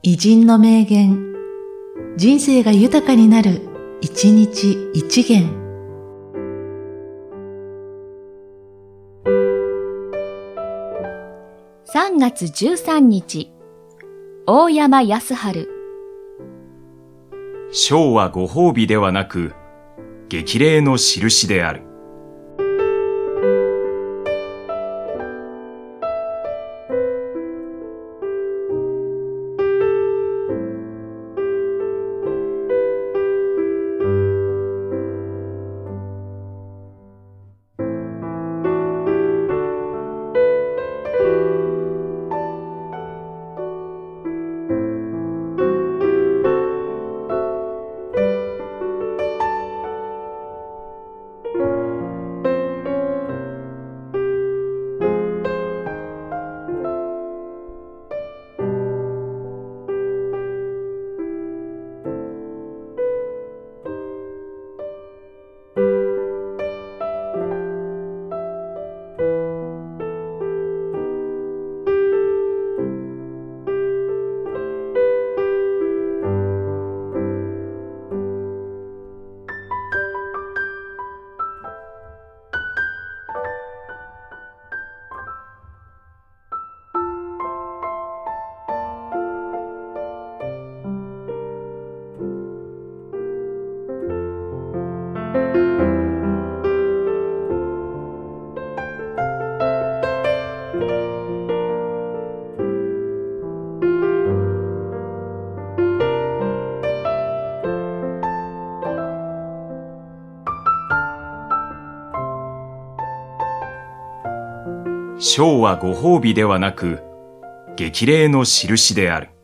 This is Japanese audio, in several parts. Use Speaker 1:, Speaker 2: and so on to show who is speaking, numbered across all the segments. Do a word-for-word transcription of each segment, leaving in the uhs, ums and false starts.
Speaker 1: 偉人の名言、人生が豊かになる、一日一元。
Speaker 2: さんがつじゅうさんにち、大山康晴。
Speaker 3: 賞はご褒美ではなく、激励の印である。賞はご褒美ではなく、激励の印である。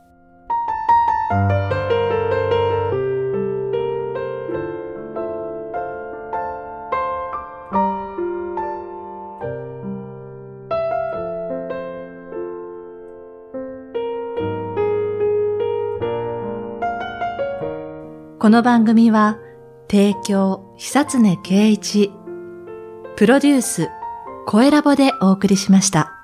Speaker 1: この番組は、提供、久常圭一、プロデュース、声ラボでお送りしました。